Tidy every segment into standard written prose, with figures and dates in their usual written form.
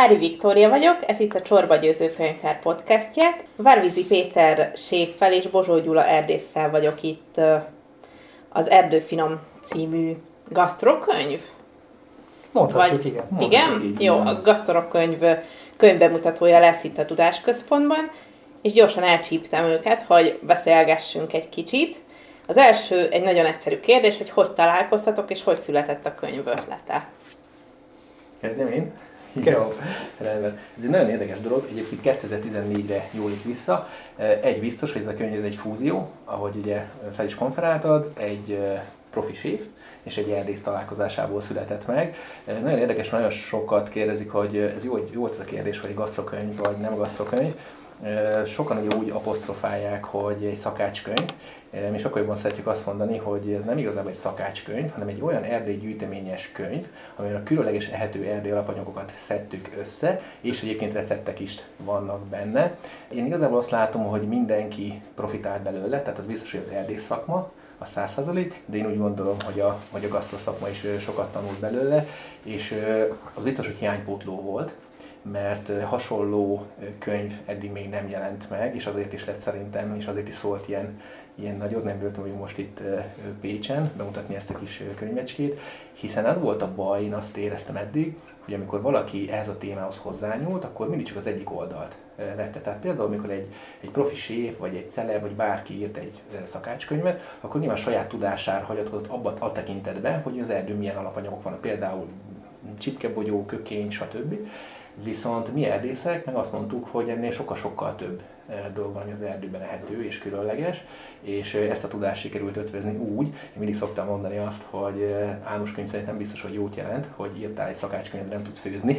Hári Viktória vagyok, ez itt a Csorba Győző Könyvtár podcastje. Várvízi Péter séffel és Bozsó Gyula erdésszel vagyok itt az Erdőfinom című gasztrokönyv. Mondhatjuk, igen. Igen? Jó, a gasztrokönyv könyvbemutatója lesz itt a Tudásközpontban, és gyorsan elcsíptem őket, hogy beszélgessünk egy kicsit. Az első egy nagyon egyszerű kérdés, hogy találkoztatok, és hogy született a könyv ötlete? Kezdjem én? Jó, rendben. Ez egy nagyon érdekes dolog, egyébként 2014-re nyúlik vissza. Egy biztos, hogy ez a könyv ez egy fúzió, ahogy ugye fel is konferáltad, egy profi séf és egy erdész találkozásából született meg. Nagyon érdekes, nagyon sokat kérdezik, hogy ez jó volt ez a kérdés, hogy egy gasztrokönyv vagy nem gasztrokönyv. Sokan ugye úgy apostrofálják, hogy egy szakácskönyv. Mi sokkal jobban szeretjük azt mondani, hogy ez nem igazából egy szakácskönyv, hanem egy olyan erdélygyűjteményes könyv, amiben a különleges ehető erdély alapanyagokat szedtük össze, és egyébként receptek is vannak benne. Én igazából azt látom, hogy mindenki profitál belőle, tehát az biztos, hogy az erdész szakma, a 100%, de én úgy gondolom, hogy a gasztroszakma is sokat tanult belőle, és az biztos, hogy hiánypótló volt, mert hasonló könyv eddig még nem jelent meg, és azért is lett szerintem, és azért is szólt ilyen nagyot, nem bírtam, hogy most itt Pécsen bemutatni ezt a kis könyvecskét, hiszen az volt a baj, én azt éreztem eddig, hogy amikor valaki ehhez a témához hozzányúlt, akkor mindig csak az egyik oldalt vette. Tehát például, amikor egy profi séf, vagy egy celeb, vagy bárki írt egy szakácskönyvet, akkor nyilván saját tudására hagyatkozott abban a tekintetben, hogy az erdőn milyen alapanyagok vannak, például csipkebogyó, kökény, stb. Viszont mi erdészek meg azt mondtuk, hogy ennél sokkal-sokkal több dolog van, ami az erdőben ehető és különleges, és ezt a tudást sikerült ötvözni úgy, én mindig szoktam mondani azt, hogy álmos könyv szerint nem biztos, hogy jót jelent, hogy írtál egy szakácskönyvet, de nem tudsz főzni.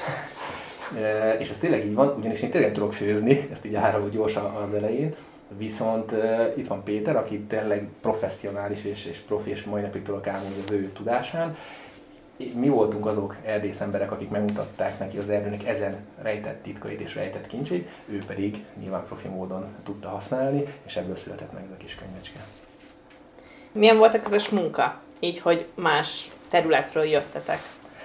És ez tényleg így van, ugyanis én tényleg nem tudok főzni, ezt így árulom gyorsan az elején, viszont itt van Péter, aki tényleg professzionális és profi, és mai napig tudok álmodni az ő tudásán. Mi voltunk azok erdész emberek, akik megmutatták neki az erdőnek ezen rejtett titkait és rejtett kincsét, ő pedig nyilván profi módon tudta használni, és ebből született meg ez a kis könyvecske. Milyen volt a közös munka? Így, hogy más területről jöttetek?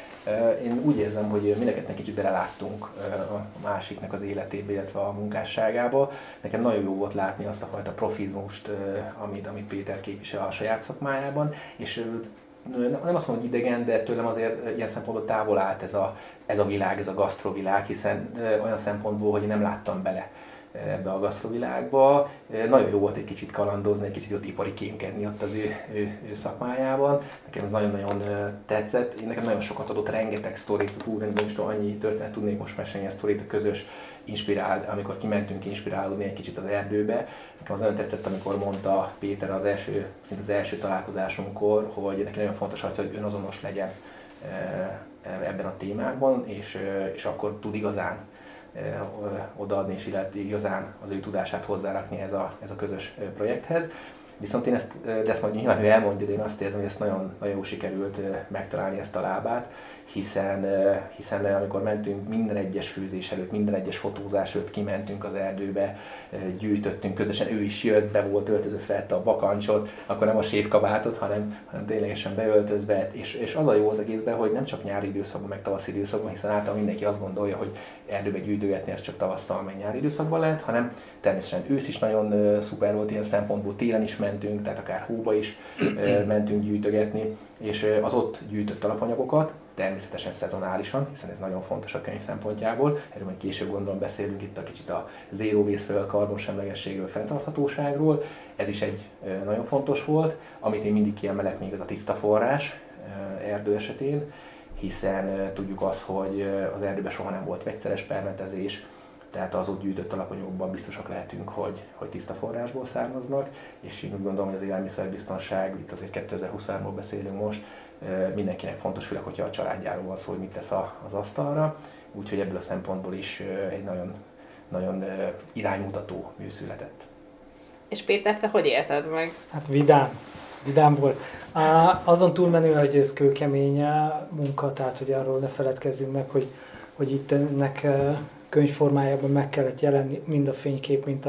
Én úgy érzem, hogy mindenketten kicsit beleláttunk a másiknak az életébe, illetve a munkásságába. Nekem nagyon jó volt látni azt a fajta profizmust, amit Péter képvisel a saját szakmájában, és nem azt mondom, hogy idegen, de tőlem azért ilyen szempontból távol állt ez a világ, ez a gasztrovilág, hiszen olyan szempontból, hogy nem láttam bele ebbe a gasztrovilágba. Nagyon jó volt egy kicsit kalandozni, egy kicsit ott ipari kémkedni ott az ő szakmájában. Nekem ez nagyon-nagyon tetszett. Én nekem nagyon sokat adott, rengeteg sztorit, nem is tudom, annyi történet tudnék most mesélni a sztorit, a közös inspirál, amikor kimentünk inspirálódni egy kicsit az erdőbe. Nekem az nagyon tetszett, amikor mondta Péter szinte az első találkozásunkkor, hogy neki nagyon fontos az, hogy önazonos legyen ebben a témákban, és akkor tud igazán odaadni, és illetve igazán az ő tudását hozzárakni ez a közös projekthez. Viszont én de ezt majd nyilván ő elmondja, de én azt érzem, hogy ezt nagyon, nagyon jó sikerült megtalálni ezt a lábát, hiszen amikor mentünk minden egyes főzés előtt, minden egyes fotózás előtt kimentünk az erdőbe, gyűjtöttünk közösen, ő is jött, be volt öltözve, felette a bakancsot, akkor nem a séfkabátot, hanem ténylegesen beöltözve, és az a jó az egészben, hogy nem csak nyári időszakban, meg tavaszi időszakban, hiszen általában mindenki azt gondolja, hogy erdőbe gyűjtögetni ez csak tavasszal, meg nyári időszakban lehet, hanem természetesen ősz is nagyon szuper volt ilyen szempontból, télen is mentünk, tehát akár hóba is mentünk gyűjtögetni, és az ott gyűjtött alapanyagokat, természetesen szezonálisan, hiszen ez nagyon fontos a könyv szempontjából, erről majd később gondolom beszélünk itt a kicsit a zero waste-ről, karbonsemlegességről, fenntarthatóságról, ez is egy nagyon fontos volt, amit én mindig kiemelek még az a tiszta forrás erdő esetén, hiszen tudjuk azt, hogy az erdőben soha nem volt vegyszeres permetezés, tehát az ott gyűjtött alapanyagokban biztosak lehetünk, hogy tiszta forrásból származnak, és én úgy gondolom, hogy az élelmiszerbiztonság, itt azért 2023-ról beszélünk most, mindenkinek fontos, főleg, hogyha a családjáról van szó, hogy mit tesz az asztalra, úgyhogy ebből a szempontból is egy nagyon, nagyon iránymutató mű született. És Péter, te hogy élted meg? Hát vidám volt. Azon túlmenő, hogy ez kőkemény munka, tehát hogy arról ne feledkezzünk meg, hogy itt ennek könyvformájában meg kellett jelenni mind a fénykép, mint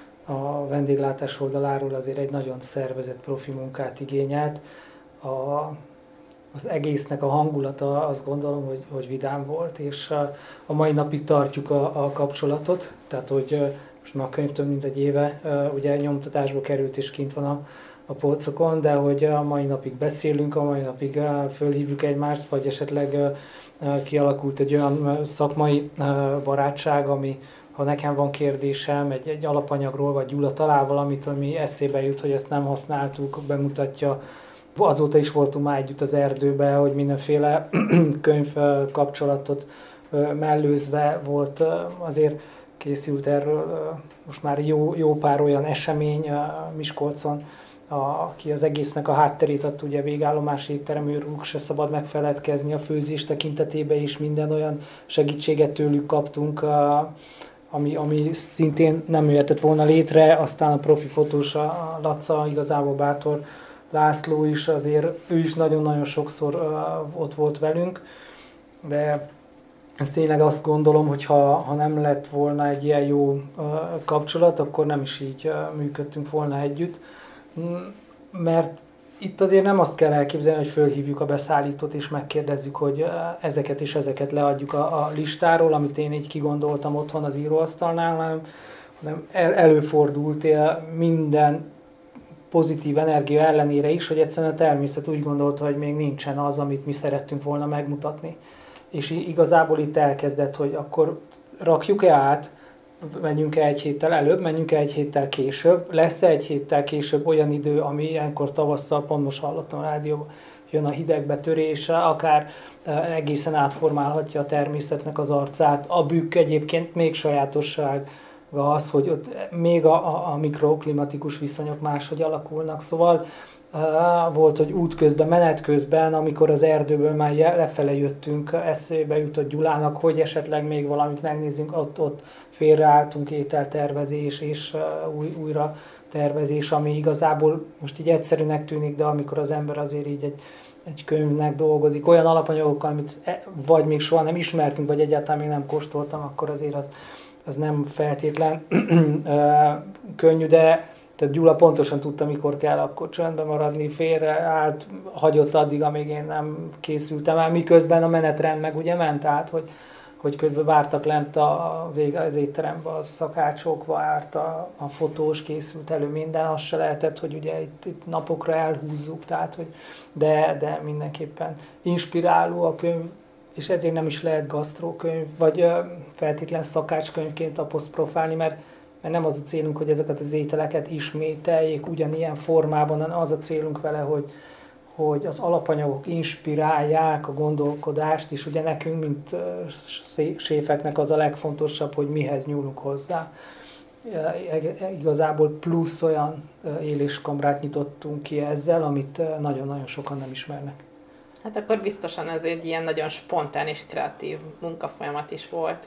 a vendéglátás oldaláról azért egy nagyon szervezett profi munkát igényelt. az egésznek a hangulata, azt gondolom, hogy vidám volt, és a mai napig tartjuk a kapcsolatot, tehát hogy most már a könyv több mint egy éve ugye nyomtatásba került és kint van a polcokon, de hogy a mai napig beszélünk, a mai napig fölhívjuk egymást, vagy esetleg kialakult egy olyan szakmai barátság, ami, ha nekem van kérdésem egy alapanyagról, vagy Gyula talál valamit, ami eszébe jut, hogy ezt nem használtuk, bemutatja. Azóta is voltunk már együtt az erdőbe, hogy mindenféle könyv kapcsolatot mellőzve volt, azért készült erről most már jó pár olyan esemény Miskolcon, aki az egésznek a hátterét adta, ugye végállomási étterem, őrülük se szabad megfeledkezni, a főzés tekintetében is minden olyan segítséget tőlük kaptunk, ami szintén nem jöhetett volna létre, aztán a profi fotós a Laca, igazából Bátor László is, azért ő is nagyon-nagyon sokszor ott volt velünk, de ezt tényleg azt gondolom, hogy ha nem lett volna egy ilyen jó kapcsolat, akkor nem is így működtünk volna együtt, mert itt azért nem azt kell elképzelni, hogy fölhívjuk a beszállítót és megkérdezzük, hogy ezeket és ezeket leadjuk a listáról, amit én így kigondoltam otthon az íróasztalnál, hanem előfordult minden pozitív energia ellenére is, hogy egyszerűen a természet úgy gondolta, hogy még nincsen az, amit mi szerettünk volna megmutatni. És igazából itt elkezdett, hogy akkor rakjuk-e át, menjünk-e egy héttel előbb, menjünk-e egy héttel később, lesz-e egy héttel később olyan idő, ami ilyenkor tavasszal, pont most hallottam a rádióban, jön a hidegbetörése, akár egészen átformálhatja a természetnek az arcát. A bükk egyébként még sajátosság az, hogy ott még a mikroklimatikus viszonyok máshogy alakulnak, szóval volt, hogy útközben, menet közben, amikor az erdőből már lefele jöttünk, eszébe jutott Gyulának, hogy esetleg még valamit megnézzünk, ott félreálltunk, ételtervezés és újra tervezés, ami igazából most így egyszerűnek tűnik, de amikor az ember azért így egy könyvnek dolgozik, olyan alapanyagokkal, amit vagy még soha nem ismertünk, vagy egyáltalán még nem kóstoltam, akkor azért az nem feltétlen könnyű, de tehát Gyula pontosan tudta, mikor kell akkor csöndben maradni, félre hagyott addig, amíg én nem készültem el, miközben a menetrend meg ugye ment át, hogy közben vártak lent az étteremben, a szakácsok várt, a fotós készült elő minden, az se lehetett, hogy ugye itt napokra elhúzzuk, tehát, hogy de mindenképpen inspiráló a könyv, és ezért nem is lehet gasztrókönyv, vagy feltétlen szakácskönyvként aposztrofálni, mert nem az a célunk, hogy ezeket az ételeket ismételjék ugyanilyen formában, hanem az a célunk vele, hogy az alapanyagok inspirálják a gondolkodást, és ugye nekünk, mint séfeknek az a legfontosabb, hogy mihez nyúlunk hozzá. Igazából plusz olyan éléskamrát nyitottunk ki ezzel, amit nagyon-nagyon sokan nem ismernek. Hát akkor biztosan ez egy ilyen nagyon spontán és kreatív munkafolyamat is volt.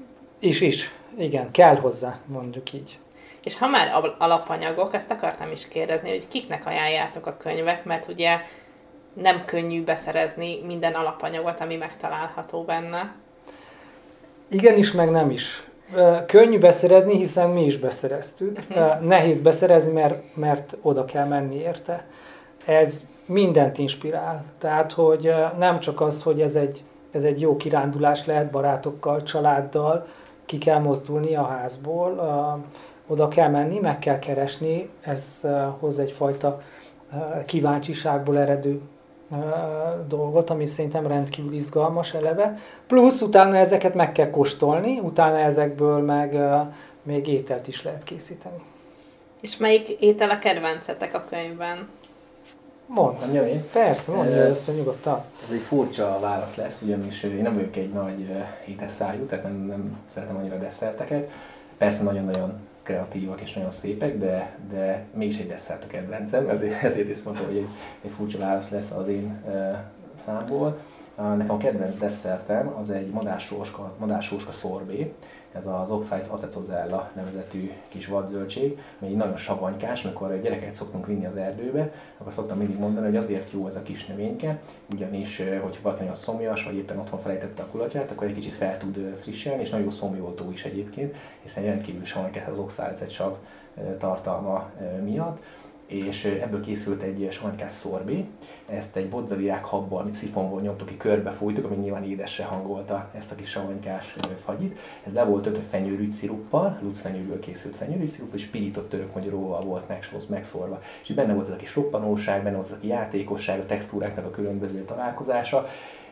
Igen, kell hozzá, mondjuk így. És ha már alapanyagok, ezt akartam is kérdezni, hogy kiknek ajánljátok a könyvet, mert ugye nem könnyű beszerezni minden alapanyagot, ami megtalálható benne. Igenis, meg nem is. Könnyű beszerezni, hiszen mi is beszereztük. Nehéz beszerezni, mert oda kell menni érte. Ez mindent inspirál. Tehát, hogy nem csak az, hogy ez egy jó kirándulás lehet barátokkal, családdal, ki kell mozdulni a házból, oda kell menni, meg kell keresni, ez hoz egyfajta kíváncsiságból eredő dolgot, ami szerintem rendkívül izgalmas eleve. Plusz utána ezeket meg kell kóstolni, utána ezekből meg még ételt is lehet készíteni. És melyik étel a kedvencetek a könyvben? Mondd. Persze, mondj először nyugodtan. Ez egy furcsa válasz lesz, ugyanis én nem vagyok egy nagy étesszájú, tehát nem szeretem annyira a desszerteket. Persze nagyon-nagyon kreatívak és nagyon szépek, de mégis egy desszert a kedvencem, ezért is mondtam, hogy egy furcsa válasz lesz az én számból. Nekem a kedvenc desszertem az egy madársóska szorbé, ez az Oxides Acetozella nevezetű kis vadzöldség, ami nagyon savanykás, amikor gyerekeket szoktunk vinni az erdőbe, akkor szoktam mindig mondani, hogy azért jó ez a kis növényke, ugyanis, hogyha valaki nagyon szomjas, vagy éppen otthon felejtette a kulacsát, akkor egy kicsit fel tud frissülni, és nagyon jó szomjoltó is egyébként, hiszen rendkívül savanykás az oxálezett sav tartalma miatt. és ebből készült egy savanykás szorbé. Ezt egy bodzavirág habbal, amit szifonból nyomtuk ki, körbefújtuk, ami nyilván édesre hangolta ezt a kis savanykás fagyit. Ez le volt öntve fenyőrügy sziruppal, lucfenyőből készült fenyőrügy szirup, és pirított török magyaróval volt megszórva. És benne volt ez a kis roppanóság, benne volt ez a játékosság, a textúráknak a különböző találkozása.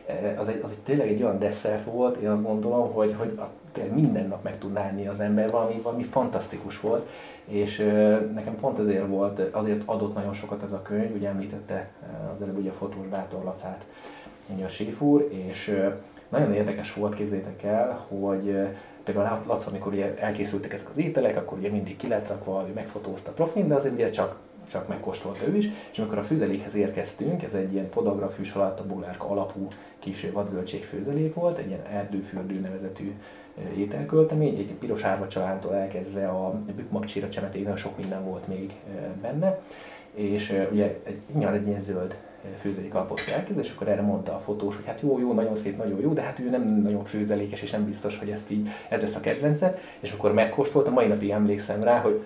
Az tényleg egy olyan desszert volt, én azt gondolom, hogy azt minden nap meg tudná enni az ember, valami fantasztikus volt, és nekem pont azért adott nagyon sokat ez a könyv, ugye említette az előbb ugye a fotós Bátor Lacát, a séf úr, és nagyon érdekes volt, képzeljétek el, hogy például Laca, amikor ugye elkészültek ezek az ételek, akkor ugye mindig ki lett rakva, megfotózta profin, de azért ugye csak megkóstolta ő is, és amikor a főzelékhez érkeztünk, ez egy ilyen podagra, fűs alatt a bulárka alapú kis vadzöldség főzelék volt, egy ilyen erdőfürdő nevezetű ételköltemény, egy piros árvacsalántól elkezdve a bükkmagcsira csemetéig, nagyon sok minden volt még benne, és ugye nyilván egy ilyen zöld főzelék alapot elkezdve, és akkor erre mondta a fotós, hogy hát jó, nagyon szép, nagyon jó, de hát ő nem nagyon főzelékes, és nem biztos, hogy ez lesz a kedvence, és akkor megkóstoltam, mai napig emlékszem rá, hogy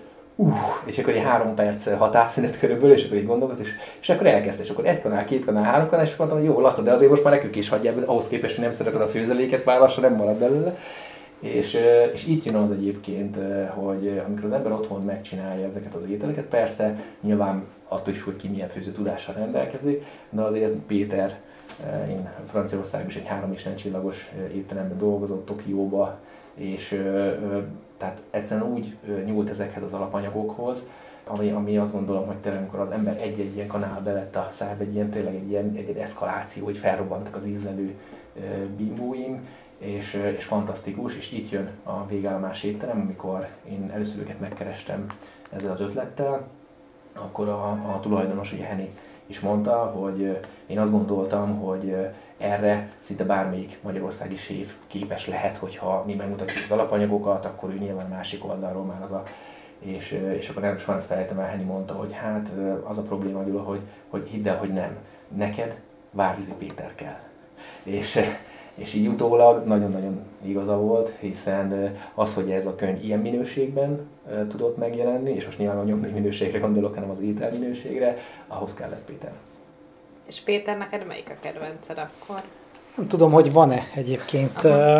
és akkor egy 3 perc hatásszünet körülbelül, és akkor így gondolkoz, és akkor elkezdte, és akkor 1 kanál, 2 kanál, 3 kanál, és akkor mondtam, hogy jó, Laca, de azért most már nekünk is hagyjál, ahhoz képest, hogy nem szereted a főzeléket, már lassan nem marad belőle. És így jön az egyébként, hogy amikor az ember otthon megcsinálja ezeket az ételeket, persze nyilván attól is, hogy ki milyen főző tudással rendelkezik, de azért Péter, én Franciaországban is egy 4 csillagos étteremben dolgozott, Tokióba, és tehát egyszerűen úgy nyúlt ezekhez az alapanyagokhoz, ami azt gondolom, hogy tényleg amikor az ember egy-egy ilyen kanál bevett a szájába, tényleg egy eszkaláció, hogy felrobbantak az ízlelő bimbóim, és fantasztikus, és itt jön a végállomás étterem, amikor én először őket megkerestem ezzel az ötlettel, akkor a tulajdonos, ugye Henny is mondta, hogy én azt gondoltam, hogy erre szinte bármelyik magyarországi séf képes lehet, hogyha mi megmutatjuk az alapanyagokat, akkor ő nyilván másik oldalról már az a... És akkor nem is van felejtem el, Henny mondta, hogy hát az a probléma, Gyula, hogy hidd el, hogy nem. Neked Várvízi Péter kell. És így utólag nagyon-nagyon igaza volt, hiszen az, hogy ez a könyv ilyen minőségben tudott megjelenni, és most nyilván a nyomdai minőségre gondolok, hanem az étel minőségre, ahhoz kellett Péter. És Péter, neked melyik a kedvenced akkor? Nem tudom, hogy van-e egyébként.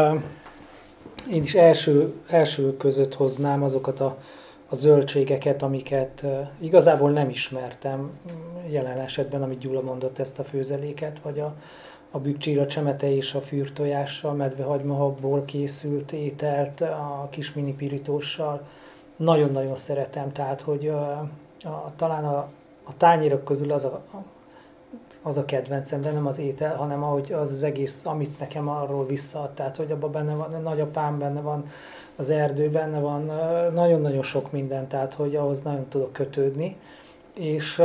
Én is első között hoznám azokat a zöldségeket, amiket igazából nem ismertem jelen esetben, amit Gyula mondott, ezt a főzeléket, vagy a bükkcsíra csemete és a fűrtojással, medvehagymahabból készült ételt, a kis mini pirítóssal. Nagyon-nagyon szeretem, tehát hogy talán a tányérok közül az a kedvencem, de nem az étel, hanem ahogy az egész, amit nekem arról visszaad, tehát hogy abban benne van, a nagyapám benne van, az erdő benne van, nagyon-nagyon sok minden, tehát hogy ahhoz nagyon tudok kötődni, és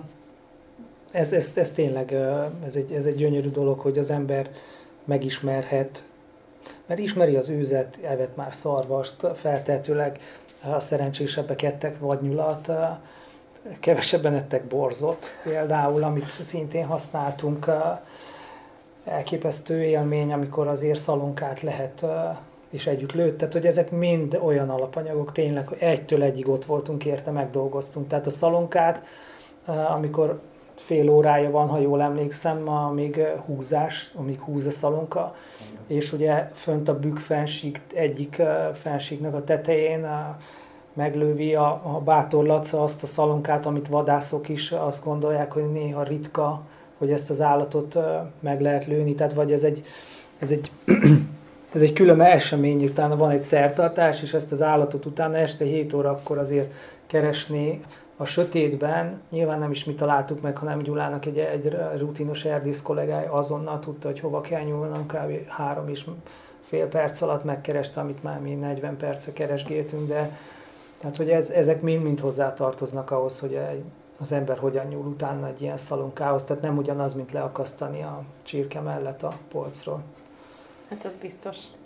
ez tényleg, ez egy gyönyörű dolog, hogy az ember megismerhet, mert ismeri az őzet, evett már szarvast, feltehetőleg a szerencsésebbek ettek vadnyulat, kevesebben ettek borzot például, amit szintén használtunk. Elképesztő élmény, amikor azért szalonkát lehet és együtt lőtt. Tehát, hogy ezek mind olyan alapanyagok, tényleg, hogy 1-től 1-ig ott voltunk érte, megdolgoztunk. Tehát a szalonkát, amikor fél órája van, ha jól emlékszem, amíg húz a szalonka, és ugye fönt a bükkfensík egyik fensíknak a tetején meglövi a Bátor Laca azt a szalonkát, amit vadászok is azt gondolják, hogy néha ritka, hogy ezt az állatot meg lehet lőni, tehát vagy ez egy külön esemény, utána van egy szertartás, és ezt az állatot utána este 7 órakor azért keresni a sötétben. Nyilván nem is mi találtuk meg, hanem Gyulának egy rutinos erdész kollégája azonnal tudta, hogy hova kell nyúlnom, kb. 3,5 perc alatt megkereste, amit már mi 40 perce keresgéltünk, de tehát, hogy ezek mind hozzátartoznak ahhoz, hogy az ember hogyan nyúl utána egy ilyen szalonkához, tehát nem ugyanaz, mint leakasztani a csirke mellett a polcról. Hát az biztos.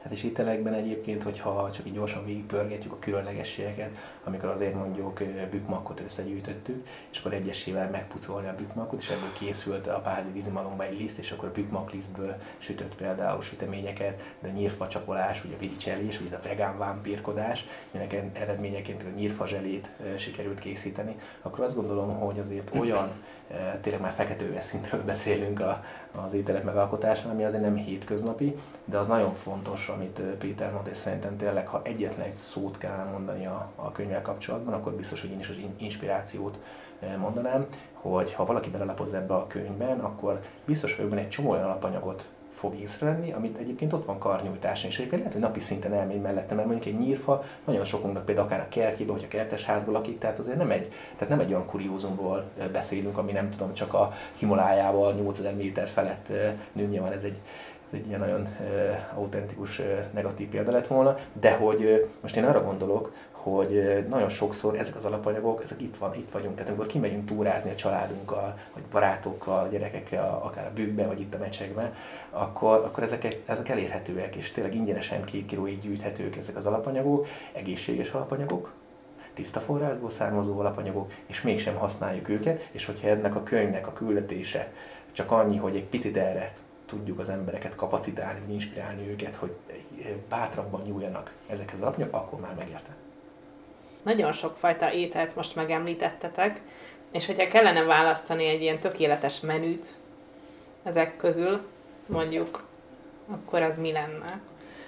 Hát és ételekben egyébként, hogyha csak így gyorsan végigpörgetjük a különlegességeket, amikor azért mondjuk bükkmakot összegyűjtöttük, és akkor egyesével megpucolni a bükkmakot, és ebből készült a párházi vízimalomba egy liszt, és akkor a bükkmak lisztből sütött például süteményeket, de a nyírfacsapolás, ugye a viricselés, ugye a vegán vámpírkodás, aminek eredményeként a nyírfazselét sikerült készíteni, akkor azt gondolom, hogy azért olyan, tényleg már feketőves szintről beszélünk az ételek megalkotásán, ami azért nem hétköznapi, de az nagyon fontos, amit Péter mond, és szerintem tényleg, ha egyetlen egy szót kellene mondani a könyvvel kapcsolatban, akkor biztos, hogy én is az inspirációt mondanám, hogy ha valaki belelapoz ebbe a könyvben, akkor biztos vagyok benne egy csomó olyan alapanyagot fog észrevenni, amit egyébként ott van karnyújtáson, és egyébként lehet, hogy napi szinten elmegy mellette, mert mondjuk egy nyírfa nagyon sokunknak például akár a kertjében, vagy a kertesházban lakik, tehát azért nem egy olyan kuriózumról beszélünk, ami nem tudom, csak a Himalájával 8000 méter felett nő, nyilván ez egy ilyen nagyon autentikus negatív példa lett volna, de hogy most én arra gondolok, hogy nagyon sokszor ezek az alapanyagok, ezek itt vagyunk, tehát amikor kimegyünk túrázni a családunkkal, vagy barátokkal, gyerekekkel, akár a bükkbe, vagy itt a mecsekben, akkor ezek elérhetőek, és tényleg ingyenesen 2 kilóig gyűjthetők ezek az alapanyagok, egészséges alapanyagok, tiszta forrásból származó alapanyagok, és mégsem használjuk őket, és hogyha ennek a könyvnek a küldetése csak annyi, hogy egy picit erre tudjuk az embereket kapacitálni, vagy inspirálni őket, hogy bátrabban nyúljanak ezekhez az alapanyagokhoz, akkor már megérte. Nagyon sokfajta ételt most megemlítettetek, és hogyha kellene választani egy ilyen tökéletes menüt ezek közül, mondjuk, akkor az mi lenne?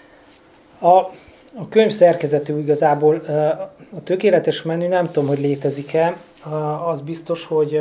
A könyv szerkezetű igazából a tökéletes menü, nem tudom, hogy létezik-e, az biztos, hogy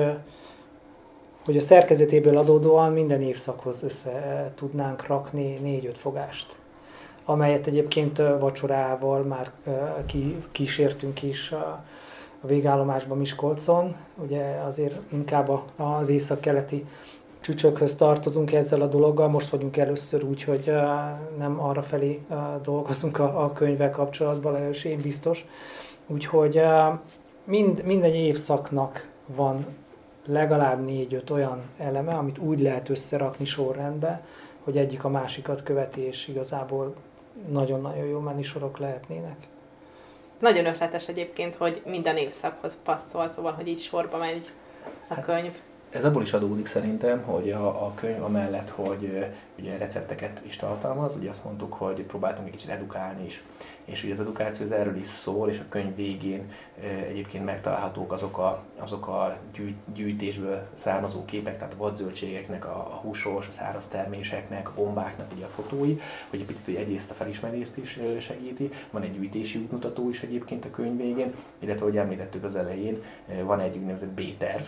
a szerkezetéből adódóan minden évszakhoz össze tudnánk rakni 4-5 fogást, amelyet egyébként vacsorával már kísértünk is a végállomásban Miskolcon. Ugye azért inkább az északkeleti csücsökhöz tartozunk ezzel a dologgal, most vagyunk először úgy, hogy nem arra felé dolgozunk a könyvvel kapcsolatban, legalábbis én biztos. Úgyhogy minden évszaknak van legalább 4-5 olyan eleme, amit úgy lehet összerakni sorrendbe, hogy egyik a másikat követi, és igazából nagyon-nagyon jó menisorok lehetnének. Nagyon ötletes egyébként, hogy minden évszakhoz passzol, szóval, hogy így sorba megy a könyv. Ez abból is adódik szerintem, hogy a könyv amellett, hogy ugye recepteket is tartalmaz, ugye azt mondtuk, hogy próbáltunk egy kicsit edukálni is. És ugye az edukáció az erről is szól, és a könyv végén egyébként megtalálhatók azok a gyűjtésből származó képek, tehát a vadzöldségeknek, a húsos, a száraz terméseknek, a gombáknak ugye a fotói, hogy egy picit egyrészt a felismerést is segíti. Van egy gyűjtési útmutató is egyébként a könyv végén, illetve ahogy említettük az elején, van egy úgynevezett B-terv,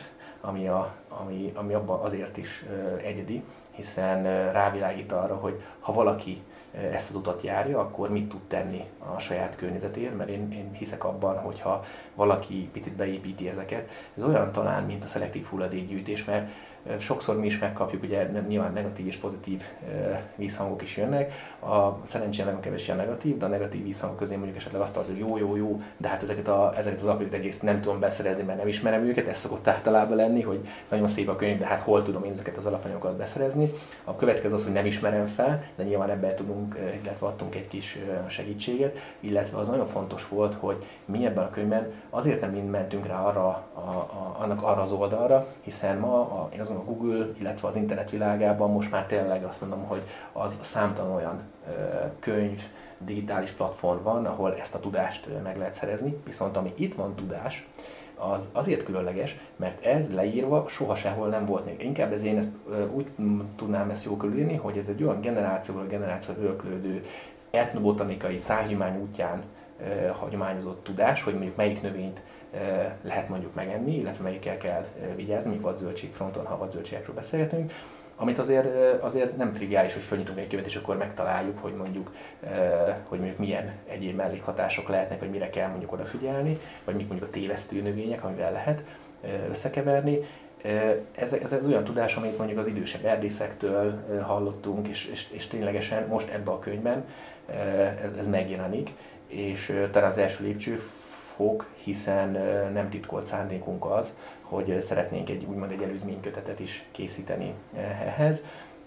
ami abban azért is egyedi, hiszen rávilágít arra, hogy ha valaki ezt az utat járja, akkor mit tud tenni a saját környezetért, mert én hiszek abban, hogy ha valaki picit beépíti ezeket, ez olyan talán, mint a szelektív hulladékgyűjtés, mert sokszor mi is megkapjuk, ugye nyilván negatív és pozitív vízhangok is jönnek, szerencsére nagyon kevés ilyen negatív, de a negatív vízhangok közé mondjuk esetleg azt tartozó, hogy jó, de hát ezeket az alapokat egyrészt nem tudom beszerezni, mert nem ismerem őket, ez szokott általában lenni, hogy nagyon szép a könyv, de hát hol tudom én ezeket az alapanyagokat beszerezni. A következő az, hogy nem ismerem fel, de nyilván ebben tudunk, illetve adtunk egy kis segítséget, illetve az nagyon fontos volt, hogy mi ebben a könyvben azért nem mind mentünk rá arra az oldalra, hiszen ma én azt mondom, a Google, illetve az internet világában most már tényleg azt mondom, hogy az számtalan olyan könyv, digitális platform van, ahol ezt a tudást meg lehet szerezni, viszont ami itt van tudás, az azért különleges, mert ez leírva soha sehol nem volt még. Inkább én ezt úgy tudnám ezt jól körülírni, hogy ez egy olyan generációról generációra öröklődő etnobotanikai szájhagyomány útján hagyományozott tudás, hogy mondjuk melyik növényt lehet mondjuk megenni, illetve melyikkel kell vigyázni, míg vadzöldségfronton, ha vadzöldségekről beszélgetünk, amit azért nem triviális, hogy fölnyitunk egy könyvet, és akkor megtaláljuk, hogy mondjuk milyen egyéb mellékhatások lehetnek, vagy mire kell mondjuk odafigyelni, vagy mik mondjuk a tévesztő növények, amivel lehet összekeverni. Ez olyan tudás, amit mondjuk az idősebb erdészektől hallottunk, és ténylegesen most ebben a könyvben ez megjelenik, és talán az első lépcsőfok, hiszen nem titkolt szándékunk az, hogy szeretnénk egy előzménykötetet is készíteni ehhez.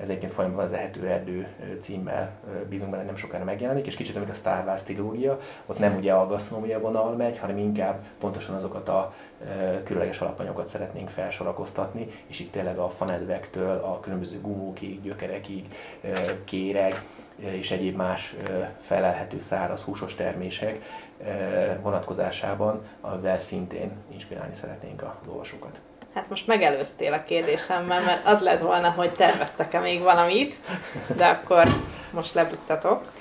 ez egyébként folyamatosan az Ehető erdő címmel bízunk benne, nem sokára megjelenik, és kicsit, mint a Star Wars trilógia, ott nem ugye a gasztronómia vonal megy, hanem inkább pontosan azokat a különleges alapanyagokat szeretnénk felsorakoztatni, és itt tényleg a fanedvektől a különböző gumókig, gyökerekig, kéreg, és egyéb más felelhető száraz húsos termések vonatkozásában, amivel szintén inspirálni szeretnénk az olvasókat. Hát most megelőztél a kérdésemmel, mert az lett volna, hogy terveztek-e még valamit, de akkor most lebuttatok.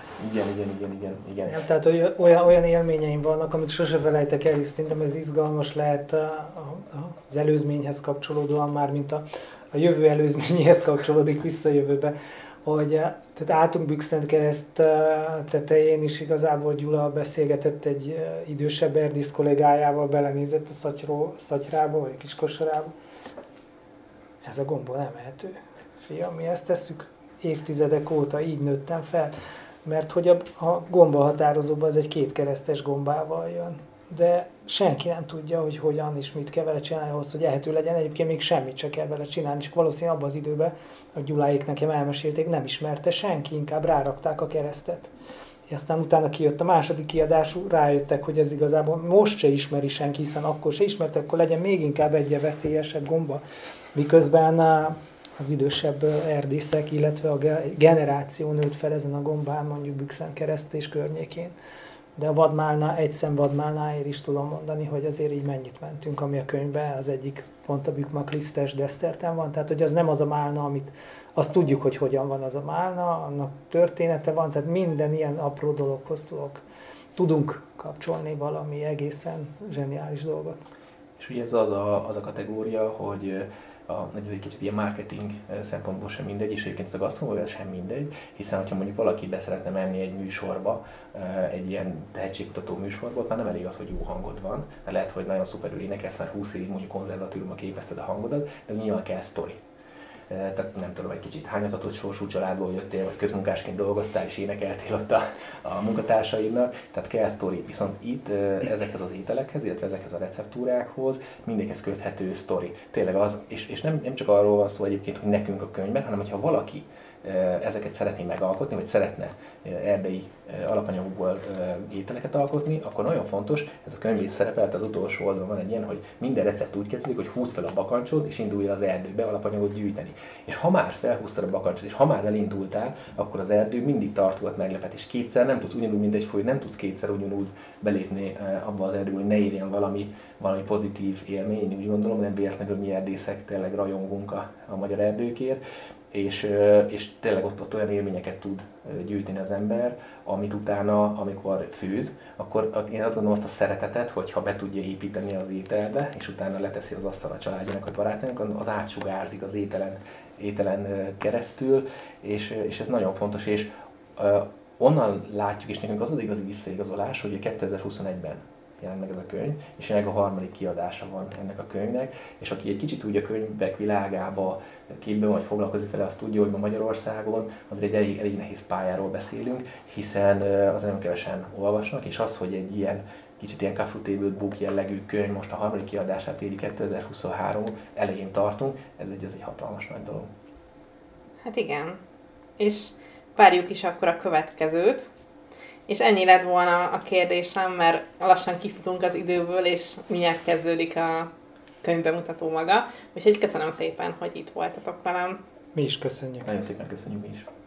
Igen. Ja, tehát hogy olyan élményeim vannak, amit sose felejtek el, és szerintem ez izgalmas lehet az előzményhez kapcsolódóan, már mint a jövő előzményéhez kapcsolódik visszajövőbe, hogy tehát álltunk Bükszentkereszt tetején is, igazából Gyula beszélgetett egy idősebb erdész kollégájával, belenézett a szatyrába, vagy a kiskosarába. Ez a gomba nem ehető. Fiam, mi ezt tesszük évtizedek óta, így nőttem fel. Mert hogy a gomba határozóban az egy kétkeresztes gombával jön. De senki nem tudja, hogy hogyan és mit kell vele csinálni ahhoz, hogy ehető legyen. Egyébként még semmit se kell vele csinálni, csak valószínűleg abban az időben, a Gyuláék nekem elmesélték, nem ismerte senki, inkább rárakták a keresztet. És aztán utána kijött a második kiadás, rájöttek, hogy ez igazából most se ismeri senki, hiszen akkor se ismerte, akkor legyen még inkább egy veszélyesebb gomba. Miközben az idősebb erdészek, illetve a generáció nőtt fel ezen a gombán, mondjuk Bükszentkereszt és környékén. De a vadmálna, egy szem vadmálnáért is tudom mondani, hogy azért így mennyit mentünk, ami a könyvben az egyik pont a Bükmaklisztes Deszterten van, tehát hogy az nem az a málna, amit azt tudjuk, hogy hogyan van az a málna, annak története van, tehát minden ilyen apró dologhoz tudunk kapcsolni valami egészen zseniális dolgot. És ugye ez az a kategória, hogy ez egy kicsit ilyen marketing szempontból sem mindegy, és egyébként ez a gasztronómia sem mindegy, hiszen ha mondjuk valaki be szeretne menni egy műsorba, egy ilyen tehetségkutató műsorba, ott már nem elég az, hogy jó hangod van, mert lehet, hogy nagyon szuperül énekelsz, mert 20 évig mondjuk konzervatóriumban képezted a hangodat, de nyilván kell sztori. Tehát nem tudom, egy kicsit hányatatott sorsú családból jöttél, vagy közmunkásként dolgoztál és énekeltél ott a munkatársaidnak, tehát kell sztori. Viszont itt ezekhez az ételekhez, illetve ezekhez a receptúrákhoz mindegyhez köthető sztori. Tényleg az, és nem csak arról van szó egyébként, hogy nekünk a könyvben, hanem hogyha valaki ezeket szeretné megalkotni, vagy szeretne erdei alapanyagokból ételeket alkotni, akkor nagyon fontos, ez a könyv is szerepelt, az utolsó oldalon van egy ilyen, hogy minden recept úgy kezdődik, hogy húzd fel a bakancsot, és indulj az erdőbe alapanyagot gyűjteni. És ha már felhúztad a bakancsot, és ha már elindultál, akkor az erdő mindig tartogat meglepetés. Kétszer nem tudsz ugyanúgy, mint egy folyó, nem tudsz kétszer ugyanúgy belépni abba az erdőbe, hogy ne érjen valami pozitív élmény, én úgy gondolom, nem véletlenül mi erdészek tényleg rajongunk a magyar erdőkért. És tényleg ott olyan élményeket tud gyűjteni az ember, amit utána, amikor főz, akkor én azt gondolom azt a szeretetet, hogyha be tudja építeni az ételbe, és utána leteszi az asztal a családjának vagy barátjának, az átsugárzik az ételen keresztül, és ez nagyon fontos, és onnan látjuk, és nekünk az az igazi visszaigazolás, hogy 2021-ben jelent meg ez a könyv, és ennek a harmadik kiadása van ennek a könyvnek, és aki egy kicsit úgy a könyvek világába képben vagy foglalkozik vele, azt tudja, hogy ma Magyarországon azért egy elég nehéz pályáról beszélünk, hiszen az nagyon kevesen olvasnak, és az, hogy egy ilyen kicsit ilyen coffee table book jellegű könyv most a harmadik kiadását éri 2023 elején tartunk, ez egy hatalmas nagy dolog. Hát igen, és várjuk is akkor a következőt. És ennyi lett volna a kérdésem, mert lassan kifutunk az időből, és mindjárt kezdődik a könyvbemutató maga. Úgyhogy köszönöm szépen, hogy itt voltatok velem. Mi is köszönjük. Nagyon szépen köszönjük mi is.